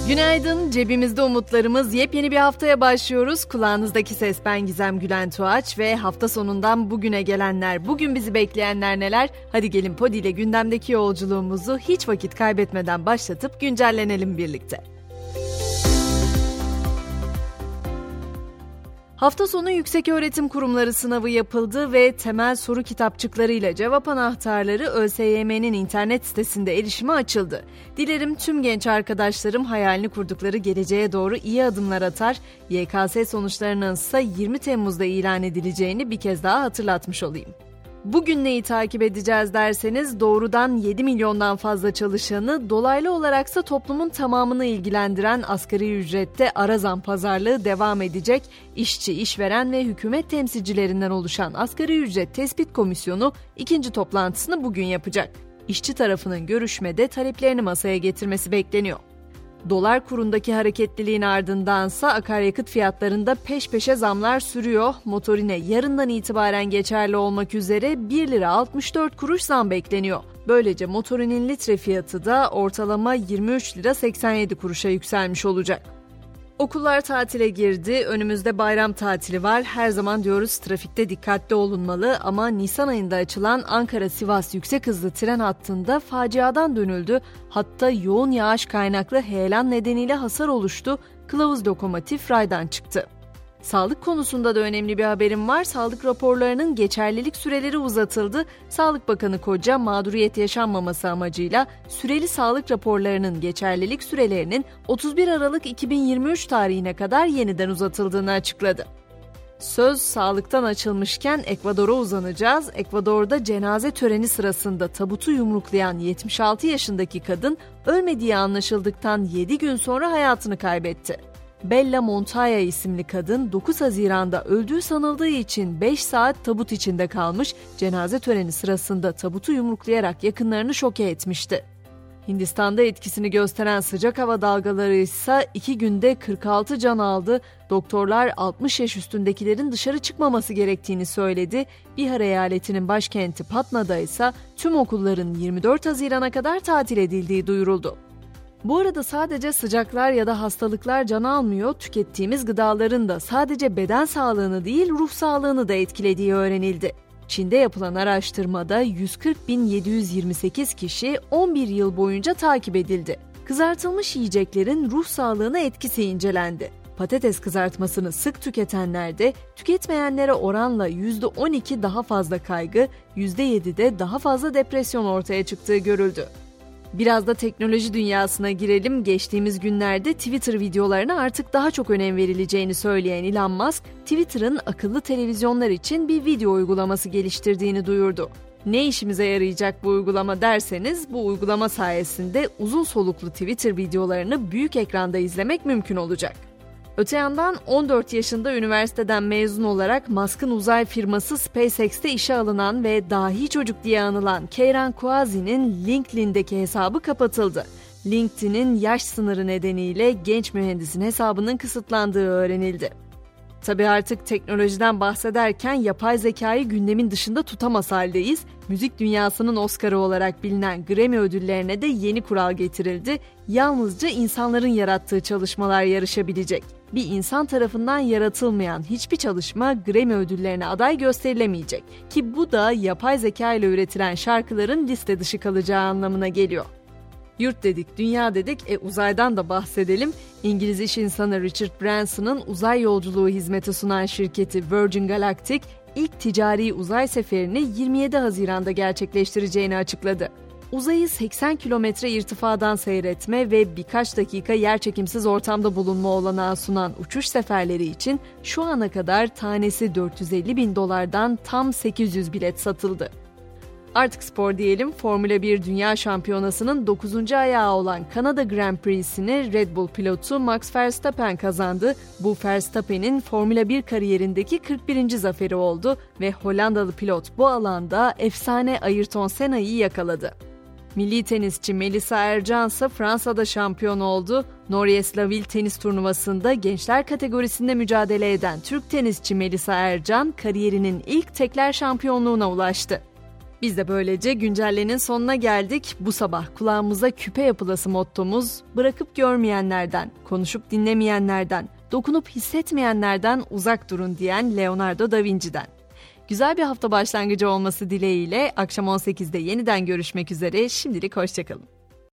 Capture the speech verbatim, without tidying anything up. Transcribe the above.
Günaydın, cebimizde umutlarımız. Yepyeni bir haftaya başlıyoruz. Kulağınızdaki ses, ben Gizem Gülen Tuğaç ve hafta sonundan bugüne gelenler, bugün bizi bekleyenler neler? Hadi gelin Podi ile gündemdeki yolculuğumuzu hiç vakit kaybetmeden başlatıp güncellenelim birlikte. Hafta sonu yükseköğretim kurumları sınavı yapıldı ve temel soru kitapçıklarıyla cevap anahtarları ÖSYM'nin internet sitesinde erişime açıldı. Dilerim tüm genç arkadaşlarım hayalini kurdukları geleceğe doğru iyi adımlar atar. Y K S sonuçlarının ise yirmi Temmuz'da ilan edileceğini bir kez daha hatırlatmış olayım. Bugün neyi takip edeceğiz derseniz doğrudan yedi milyondan fazla çalışanı, dolaylı olaraksa toplumun tamamını ilgilendiren asgari ücrette ara zam pazarlığı devam edecek. İşçi, işveren ve hükümet temsilcilerinden oluşan Asgari Ücret Tespit Komisyonu ikinci toplantısını bugün yapacak. İşçi tarafının görüşmede taleplerini masaya getirmesi bekleniyor. Dolar kurundaki hareketliliğin ardındansa akaryakıt fiyatlarında peş peşe zamlar sürüyor. Motorine yarından itibaren geçerli olmak üzere bir lira altmış dört kuruş zam bekleniyor. Böylece motorinin litre fiyatı da ortalama yirmi üç lira seksen yedi kuruşa yükselmiş olacak. Okullar tatile girdi, önümüzde bayram tatili var. Her zaman diyoruz trafikte dikkatli olunmalı ama Nisan ayında açılan Ankara-Sivas yüksek hızlı tren hattında faciadan dönüldü. Hatta yoğun yağış kaynaklı heyelan nedeniyle hasar oluştu. Kılavuz lokomotif raydan çıktı. Sağlık konusunda da önemli bir haberim var. Sağlık raporlarının geçerlilik süreleri uzatıldı. Sağlık Bakanı Koca, mağduriyet yaşanmaması amacıyla süreli sağlık raporlarının geçerlilik sürelerinin otuz bir Aralık iki bin yirmi üç tarihine kadar yeniden uzatıldığını açıkladı. Söz sağlıktan açılmışken Ekvador'a uzanacağız. Ekvador'da cenaze töreni sırasında tabutu yumruklayan yetmiş altı yaşındaki kadın ölmediği anlaşıldıktan yedi gün sonra hayatını kaybetti. Bella Montoya isimli kadın dokuz Haziran'da öldüğü sanıldığı için beş saat tabut içinde kalmış, cenaze töreni sırasında tabutu yumruklayarak yakınlarını şoke etmişti. Hindistan'da etkisini gösteren sıcak hava dalgaları ise iki günde kırk altı can aldı. Doktorlar altmış yaş üstündekilerin dışarı çıkmaması gerektiğini söyledi. Bihar eyaletinin başkenti Patna'da ise tüm okulların yirmi dört Haziran'a kadar tatil edildiği duyuruldu. Bu arada sadece sıcaklar ya da hastalıklar can almıyor, tükettiğimiz gıdaların da sadece beden sağlığını değil ruh sağlığını da etkilediği öğrenildi. Çin'de yapılan araştırmada yüz kırk bin yedi yüz yirmi sekiz kişi on bir yıl boyunca takip edildi. Kızartılmış yiyeceklerin ruh sağlığına etkisi incelendi. Patates kızartmasını sık tüketenlerde tüketmeyenlere oranla yüzde on iki daha fazla kaygı, yüzde yedi de daha fazla depresyon ortaya çıktığı görüldü. Biraz da teknoloji dünyasına girelim. Geçtiğimiz günlerde Twitter videolarına artık daha çok önem verileceğini söyleyen Elon Musk, Twitter'ın akıllı televizyonlar için bir video uygulaması geliştirdiğini duyurdu. Ne işimize yarayacak bu uygulama derseniz, bu uygulama sayesinde uzun soluklu Twitter videolarını büyük ekranda izlemek mümkün olacak. Öte yandan on dört yaşında üniversiteden mezun olarak Musk'ın uzay firması SpaceX'te işe alınan ve dahi çocuk diye anılan Keiran Kouazi'nin LinkedIn'deki hesabı kapatıldı. LinkedIn'in yaş sınırı nedeniyle genç mühendisin hesabının kısıtlandığı öğrenildi. Tabii artık teknolojiden bahsederken yapay zekayı gündemin dışında tutamaz haldeyiz. Müzik dünyasının Oscar'ı olarak bilinen Grammy ödüllerine de yeni kural getirildi. Yalnızca insanların yarattığı çalışmalar yarışabilecek. Bir insan tarafından yaratılmayan hiçbir çalışma Grammy ödüllerine aday gösterilemeyecek. Ki bu da yapay zeka ile üretilen şarkıların liste dışı kalacağı anlamına geliyor. Yurt dedik, dünya dedik, e uzaydan da bahsedelim. İngiliz iş insanı Richard Branson'ın uzay yolculuğu hizmeti sunan şirketi Virgin Galactic, ilk ticari uzay seferini yirmi yedi Haziran'da gerçekleştireceğini açıkladı. Uzayı seksen kilometre irtifadan seyretme ve birkaç dakika yerçekimsiz ortamda bulunma olanağı sunan uçuş seferleri için şu ana kadar tanesi dört yüz elli bin dolardan tam sekiz yüz bilet satıldı. Artık spor diyelim. Formula bir Dünya Şampiyonası'nın dokuzuncu ayağı olan Kanada Grand Prix'sini Red Bull pilotu Max Verstappen kazandı. Bu Verstappen'in Formula bir kariyerindeki kırk birinci zaferi oldu ve Hollandalı pilot bu alanda efsane Ayrton Senna'yı yakaladı. Milli tenisçi Melisa Ercan ise Fransa'da şampiyon oldu. Noryes-la-Ville tenis turnuvasında gençler kategorisinde mücadele eden Türk tenisçi Melisa Ercan kariyerinin ilk tekler şampiyonluğuna ulaştı. Biz de böylece güncellenin sonuna geldik. Bu sabah kulağımıza küpe yapılası mottomuz bırakıp görmeyenlerden, konuşup dinlemeyenlerden, dokunup hissetmeyenlerden uzak durun diyen Leonardo da Vinci'den. Güzel bir hafta başlangıcı olması dileğiyle akşam on sekizde yeniden görüşmek üzere. Şimdilik hoşçakalın.